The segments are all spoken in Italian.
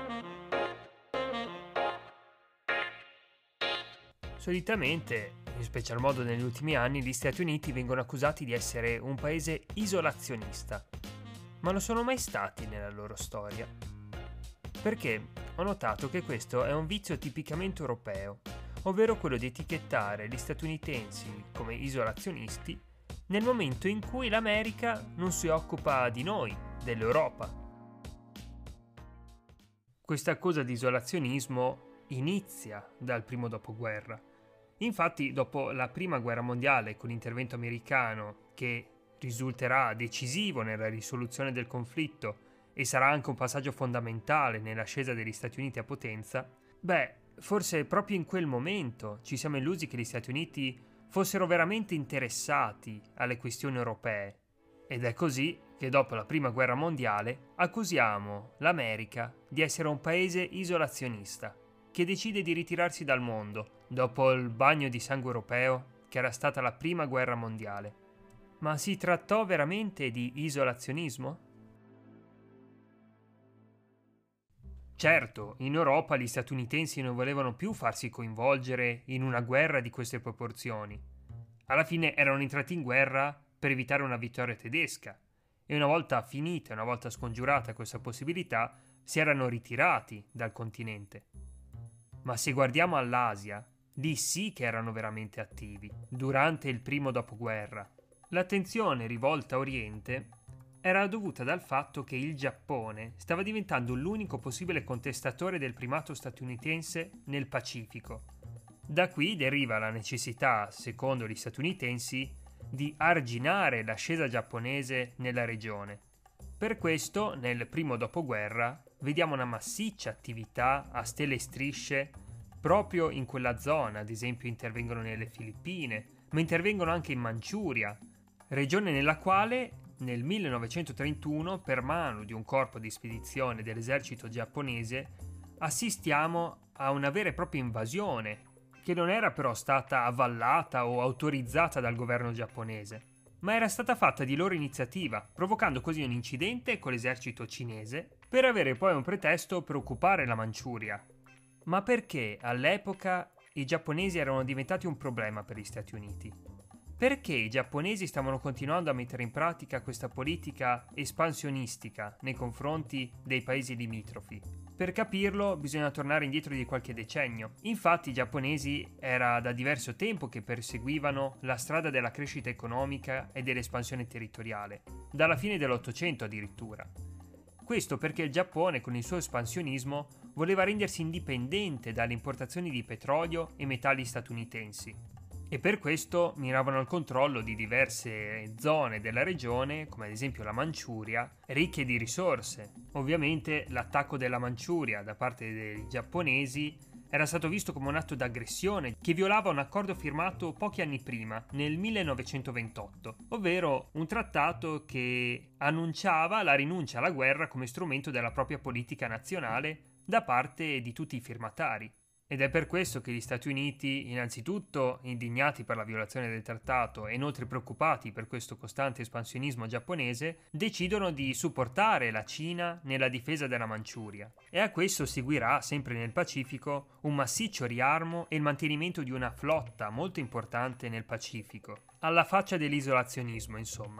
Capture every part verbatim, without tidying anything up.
Solitamente, in special modo negli ultimi anni, gli Stati Uniti vengono accusati di essere un paese isolazionista, ma non sono mai stati nella loro storia. Perché ho notato che questo è un vizio tipicamente europeo, ovvero quello di etichettare gli statunitensi come isolazionisti nel momento in cui l'America non si occupa di noi, dell'Europa. Questa accusa di isolazionismo inizia dal primo dopoguerra. Infatti, dopo la prima guerra mondiale, con l'intervento americano che risulterà decisivo nella risoluzione del conflitto e sarà anche un passaggio fondamentale nell'ascesa degli Stati Uniti a potenza, beh, forse proprio in quel momento ci siamo illusi che gli Stati Uniti fossero veramente interessati alle questioni europee. Ed è così che dopo la prima guerra mondiale accusiamo l'America di essere un paese isolazionista, che decide di ritirarsi dal mondo dopo il bagno di sangue europeo che era stata la prima guerra mondiale. Ma si trattò veramente di isolazionismo? Certo, in Europa gli statunitensi non volevano più farsi coinvolgere in una guerra di queste proporzioni. Alla fine erano entrati in guerra per evitare una vittoria tedesca e una volta finita, una volta scongiurata questa possibilità, si erano ritirati dal continente. Ma se guardiamo all'Asia, lì sì che erano veramente attivi, durante il primo dopoguerra. L'attenzione rivolta a Oriente era dovuta dal fatto che il Giappone stava diventando l'unico possibile contestatore del primato statunitense nel Pacifico. Da qui deriva la necessità, secondo gli statunitensi, di arginare l'ascesa giapponese nella regione. Per questo, nel primo dopoguerra, vediamo una massiccia attività a stelle e strisce proprio in quella zona. Ad esempio intervengono nelle Filippine, ma intervengono anche in Manciuria, regione nella quale nel millenovecentotrentuno, per mano di un corpo di spedizione dell'esercito giapponese, assistiamo a una vera e propria invasione, che non era però stata avvallata o autorizzata dal governo giapponese, ma era stata fatta di loro iniziativa, provocando così un incidente con l'esercito cinese per avere poi un pretesto per occupare la Manciuria. Ma perché all'epoca i giapponesi erano diventati un problema per gli Stati Uniti? Perché i giapponesi stavano continuando a mettere in pratica questa politica espansionistica nei confronti dei paesi limitrofi? Per capirlo bisogna tornare indietro di qualche decennio. Infatti i giapponesi era da diverso tempo che perseguivano la strada della crescita economica e dell'espansione territoriale, dalla fine dell'Ottocento addirittura. Questo perché il Giappone con il suo espansionismo voleva rendersi indipendente dalle importazioni di petrolio e metalli statunitensi. E per questo miravano al controllo di diverse zone della regione, come ad esempio la Manciuria, ricche di risorse. Ovviamente l'attacco della Manciuria da parte dei giapponesi era stato visto come un atto d'aggressione che violava un accordo firmato pochi anni prima, nel millenovecentoventotto, ovvero un trattato che annunciava la rinuncia alla guerra come strumento della propria politica nazionale da parte di tutti i firmatari. Ed è per questo che gli Stati Uniti, innanzitutto indignati per la violazione del trattato e inoltre preoccupati per questo costante espansionismo giapponese, decidono di supportare la Cina nella difesa della Manciuria. E a questo seguirà, sempre nel Pacifico, un massiccio riarmo e il mantenimento di una flotta molto importante nel Pacifico, alla faccia dell'isolazionismo, insomma.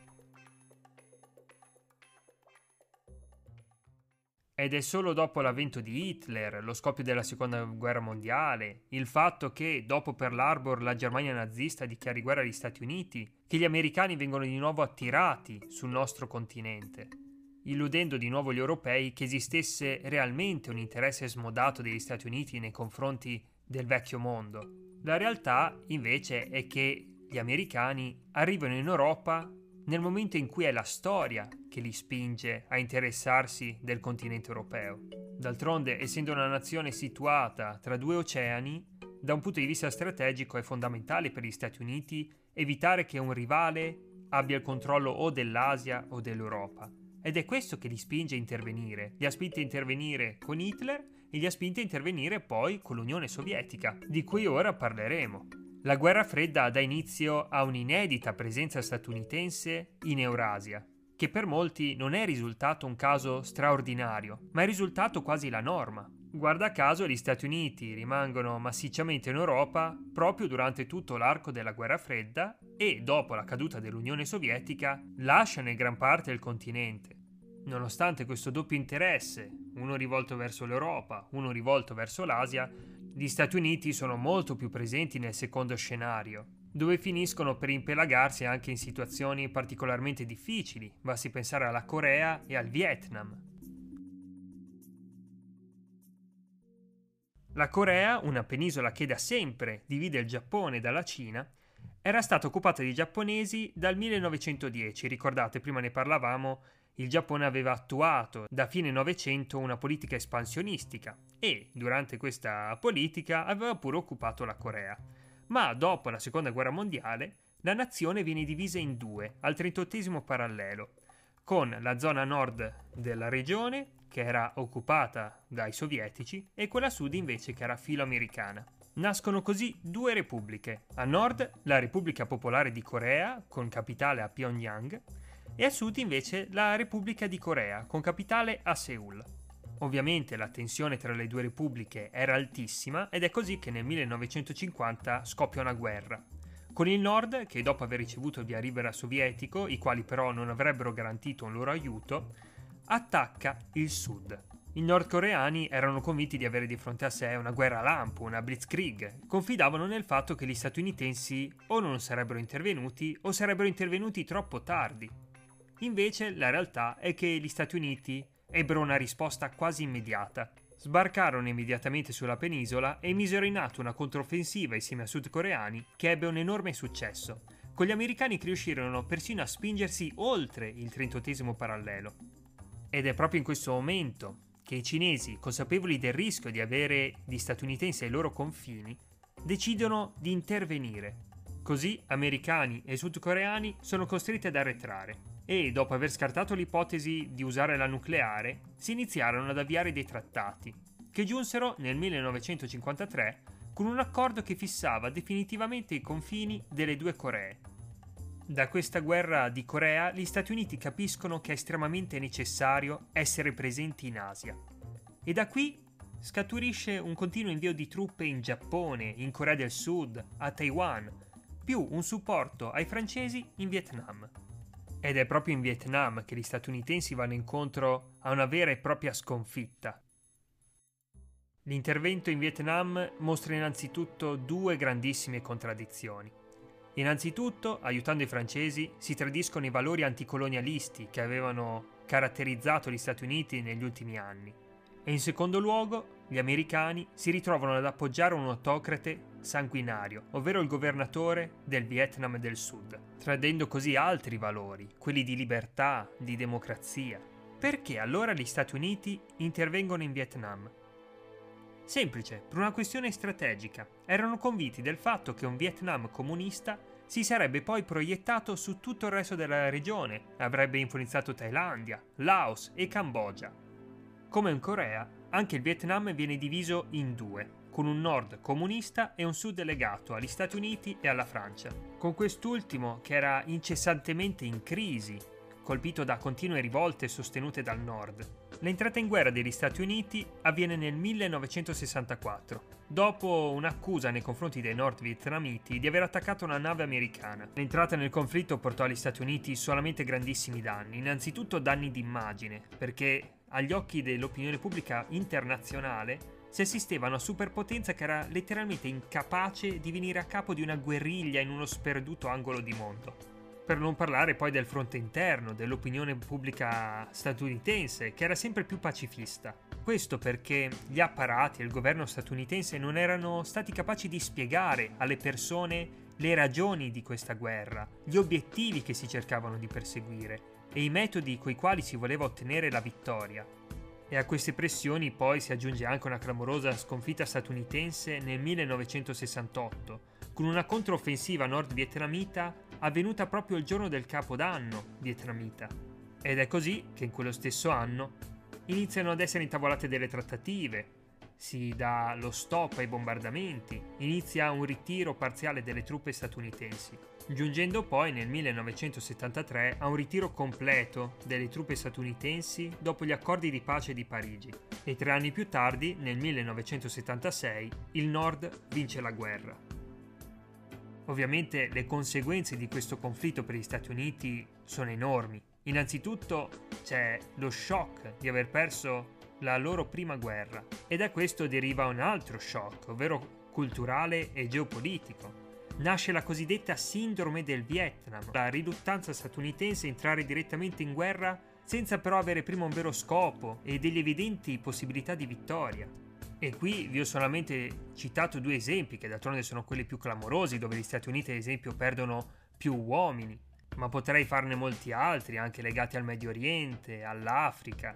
Ed è solo dopo l'avvento di Hitler, lo scoppio della seconda guerra mondiale, il fatto che dopo Pearl Harbor la Germania nazista dichiari guerra agli Stati Uniti, che gli americani vengono di nuovo attirati sul nostro continente, illudendo di nuovo gli europei che esistesse realmente un interesse smodato degli Stati Uniti nei confronti del vecchio mondo. La realtà invece è che gli americani arrivano in Europa nel momento in cui è la storia che li spinge a interessarsi del continente europeo. D'altronde, essendo una nazione situata tra due oceani, da un punto di vista strategico è fondamentale per gli Stati Uniti evitare che un rivale abbia il controllo o dell'Asia o dell'Europa. Ed è questo che li spinge a intervenire. Li ha spinti a intervenire con Hitler e li ha spinti a intervenire poi con l'Unione Sovietica, di cui ora parleremo. La guerra fredda dà inizio a un'inedita presenza statunitense in Eurasia, che che per molti non è risultato un caso straordinario, ma è risultato quasi la norma. Guarda caso gli Stati Uniti rimangono massicciamente in Europa proprio durante tutto l'arco della Guerra Fredda e, dopo la caduta dell'Unione Sovietica, lasciano in gran parte il continente. Nonostante questo doppio interesse, uno rivolto verso l'Europa, uno rivolto verso l'Asia, gli Stati Uniti sono molto più presenti nel secondo scenario, dove finiscono per impelagarsi anche in situazioni particolarmente difficili, basti pensare alla Corea e al Vietnam. La Corea, una penisola che da sempre divide il Giappone dalla Cina, era stata occupata dai giapponesi dal millenovecentodieci. Ricordate, prima ne parlavamo, il Giappone aveva attuato da fine Novecento una politica espansionistica e, durante questa politica, aveva pure occupato la Corea. Ma dopo la Seconda Guerra Mondiale, la nazione viene divisa in due, al trentottesimo parallelo, con la zona nord della regione, che era occupata dai sovietici, e quella sud invece che era filoamericana. Nascono così due repubbliche. A nord la Repubblica Popolare di Corea, con capitale a Pyongyang, e a sud invece la Repubblica di Corea, con capitale a Seul. Ovviamente la tensione tra le due repubbliche era altissima ed è così che nel millenovecentocinquanta scoppia una guerra, con il nord che, dopo aver ricevuto il via libera sovietico, i quali però non avrebbero garantito un loro aiuto, attacca il sud. I nordcoreani erano convinti di avere di fronte a sé una guerra lampo, una blitzkrieg. Confidavano nel fatto che gli statunitensi o non sarebbero intervenuti o sarebbero intervenuti troppo tardi. Invece la realtà è che gli Stati Uniti ebbero una risposta quasi immediata. Sbarcarono immediatamente sulla penisola e misero in atto una controffensiva insieme ai sudcoreani che ebbe un enorme successo, con gli americani che riuscirono persino a spingersi oltre il trentottesimo parallelo. Ed è proprio in questo momento che i cinesi, consapevoli del rischio di avere gli statunitensi ai loro confini, decidono di intervenire. Così americani e sudcoreani sono costretti ad arretrare e, dopo aver scartato l'ipotesi di usare la nucleare, si iniziarono ad avviare dei trattati, che giunsero nel millenovecentocinquantatré con un accordo che fissava definitivamente i confini delle due Coree. Da questa guerra di Corea gli Stati Uniti capiscono che è estremamente necessario essere presenti in Asia. E da qui scaturisce un continuo invio di truppe in Giappone, in Corea del Sud, a Taiwan, più un supporto ai francesi in Vietnam. Ed è proprio in Vietnam che gli statunitensi vanno incontro a una vera e propria sconfitta. L'intervento in Vietnam mostra innanzitutto due grandissime contraddizioni. Innanzitutto, aiutando i francesi, si tradiscono i valori anticolonialisti che avevano caratterizzato gli Stati Uniti negli ultimi anni. E in secondo luogo, gli americani si ritrovano ad appoggiare un autocrate sanguinario, ovvero il governatore del Vietnam del Sud, tradendo così altri valori, quelli di libertà, di democrazia. Perché allora gli Stati Uniti intervengono in Vietnam? Semplice, per una questione strategica. Erano convinti del fatto che un Vietnam comunista si sarebbe poi proiettato su tutto il resto della regione, avrebbe influenzato Thailandia, Laos e Cambogia. Come in Corea, anche il Vietnam viene diviso in due, con un nord comunista e un sud legato agli Stati Uniti e alla Francia, con quest'ultimo che era incessantemente in crisi, colpito da continue rivolte sostenute dal nord. L'entrata in guerra degli Stati Uniti avviene nel millenovecentosessantaquattro, dopo un'accusa nei confronti dei nord vietnamiti di aver attaccato una nave americana. L'entrata nel conflitto portò agli Stati Uniti solamente grandissimi danni, innanzitutto danni d'immagine, perché agli occhi dell'opinione pubblica internazionale si assisteva a una superpotenza che era letteralmente incapace di venire a capo di una guerriglia in uno sperduto angolo di mondo. Per non parlare poi del fronte interno, dell'opinione pubblica statunitense, che era sempre più pacifista. Questo perché gli apparati e il governo statunitense non erano stati capaci di spiegare alle persone le ragioni di questa guerra, gli obiettivi che si cercavano di perseguire e i metodi coi quali si voleva ottenere la vittoria. E a queste pressioni poi si aggiunge anche una clamorosa sconfitta statunitense nel millenovecentosessantotto, con una controffensiva nord-vietnamita avvenuta proprio il giorno del Capodanno vietnamita. Ed è così che in quello stesso anno iniziano ad essere intavolate delle trattative, si dà lo stop ai bombardamenti, inizia un ritiro parziale delle truppe statunitensi, giungendo poi nel millenovecentosettantatré a un ritiro completo delle truppe statunitensi dopo gli accordi di pace di Parigi, e tre anni più tardi, nel millenovecentosettantasei, il Nord vince la guerra. Ovviamente le conseguenze di questo conflitto per gli Stati Uniti sono enormi. Innanzitutto c'è lo shock di aver perso la loro prima guerra, e da questo deriva un altro shock, ovvero culturale e geopolitico. Nasce la cosiddetta sindrome del Vietnam, la riluttanza statunitense a entrare direttamente in guerra senza però avere prima un vero scopo e delle evidenti possibilità di vittoria. E qui vi ho solamente citato due esempi, che d'altronde sono quelli più clamorosi, dove gli Stati Uniti ad esempio perdono più uomini, ma potrei farne molti altri, anche legati al Medio Oriente, all'Africa.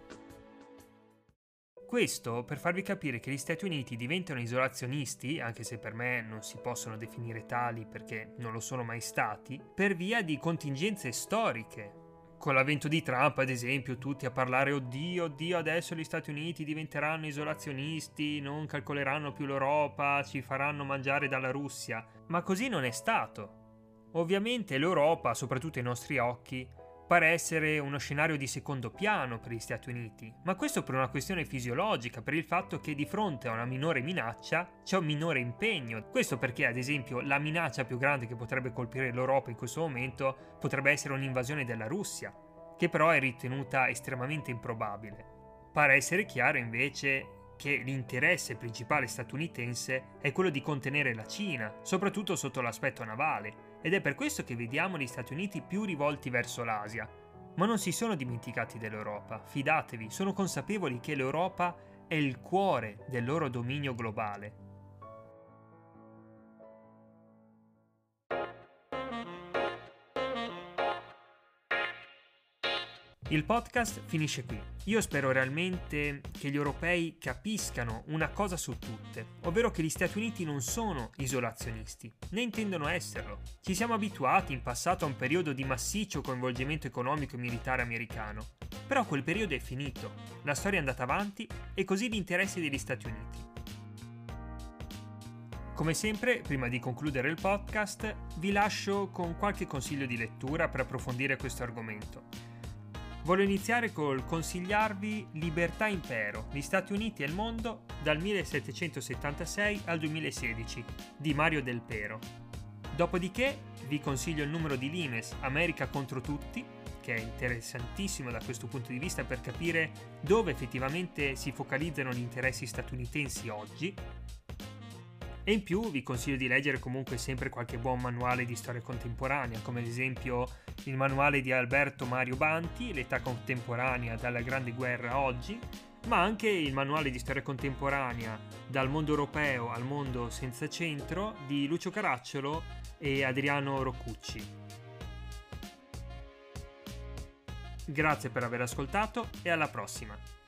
Questo per farvi capire che gli Stati Uniti diventano isolazionisti, anche se per me non si possono definire tali perché non lo sono mai stati, per via di contingenze storiche. Con l'avvento di Trump, ad esempio, tutti a parlare oddio, oddio, adesso gli Stati Uniti diventeranno isolazionisti, non calcoleranno più l'Europa, ci faranno mangiare dalla Russia. Ma così non è stato. Ovviamente l'Europa, soprattutto ai nostri occhi, pare essere uno scenario di secondo piano per gli Stati Uniti, ma questo per una questione fisiologica, per il fatto che di fronte a una minore minaccia c'è un minore impegno. Questo perché, ad esempio, la minaccia più grande che potrebbe colpire l'Europa in questo momento potrebbe essere un'invasione della Russia, che però è ritenuta estremamente improbabile. Pare essere chiaro invece che l'interesse principale statunitense è quello di contenere la Cina, soprattutto sotto l'aspetto navale, ed è per questo che vediamo gli Stati Uniti più rivolti verso l'Asia. Ma non si sono dimenticati dell'Europa, fidatevi, sono consapevoli che l'Europa è il cuore del loro dominio globale. Il podcast finisce qui. Io spero realmente che gli europei capiscano una cosa su tutte, ovvero che gli Stati Uniti non sono isolazionisti, né intendono esserlo. Ci siamo abituati in passato a un periodo di massiccio coinvolgimento economico e militare americano, però quel periodo è finito, la storia è andata avanti e così gli interessi degli Stati Uniti. Come sempre, prima di concludere il podcast, vi lascio con qualche consiglio di lettura per approfondire questo argomento. Voglio iniziare col consigliarvi Libertà Impero, gli Stati Uniti e il mondo dal millesettecentosettantasei al duemilasedici di Mario Del Pero. Dopodiché vi consiglio il numero di Limes America contro tutti, che è interessantissimo da questo punto di vista per capire dove effettivamente si focalizzano gli interessi statunitensi oggi. E in più vi consiglio di leggere comunque sempre qualche buon manuale di storia contemporanea, come ad esempio il manuale di Alberto Mario Banti, L'età contemporanea dalla Grande Guerra a oggi, ma anche il manuale di storia contemporanea Dal mondo europeo al mondo senza centro di Lucio Caracciolo e Adriano Roccucci. Grazie per aver ascoltato e alla prossima!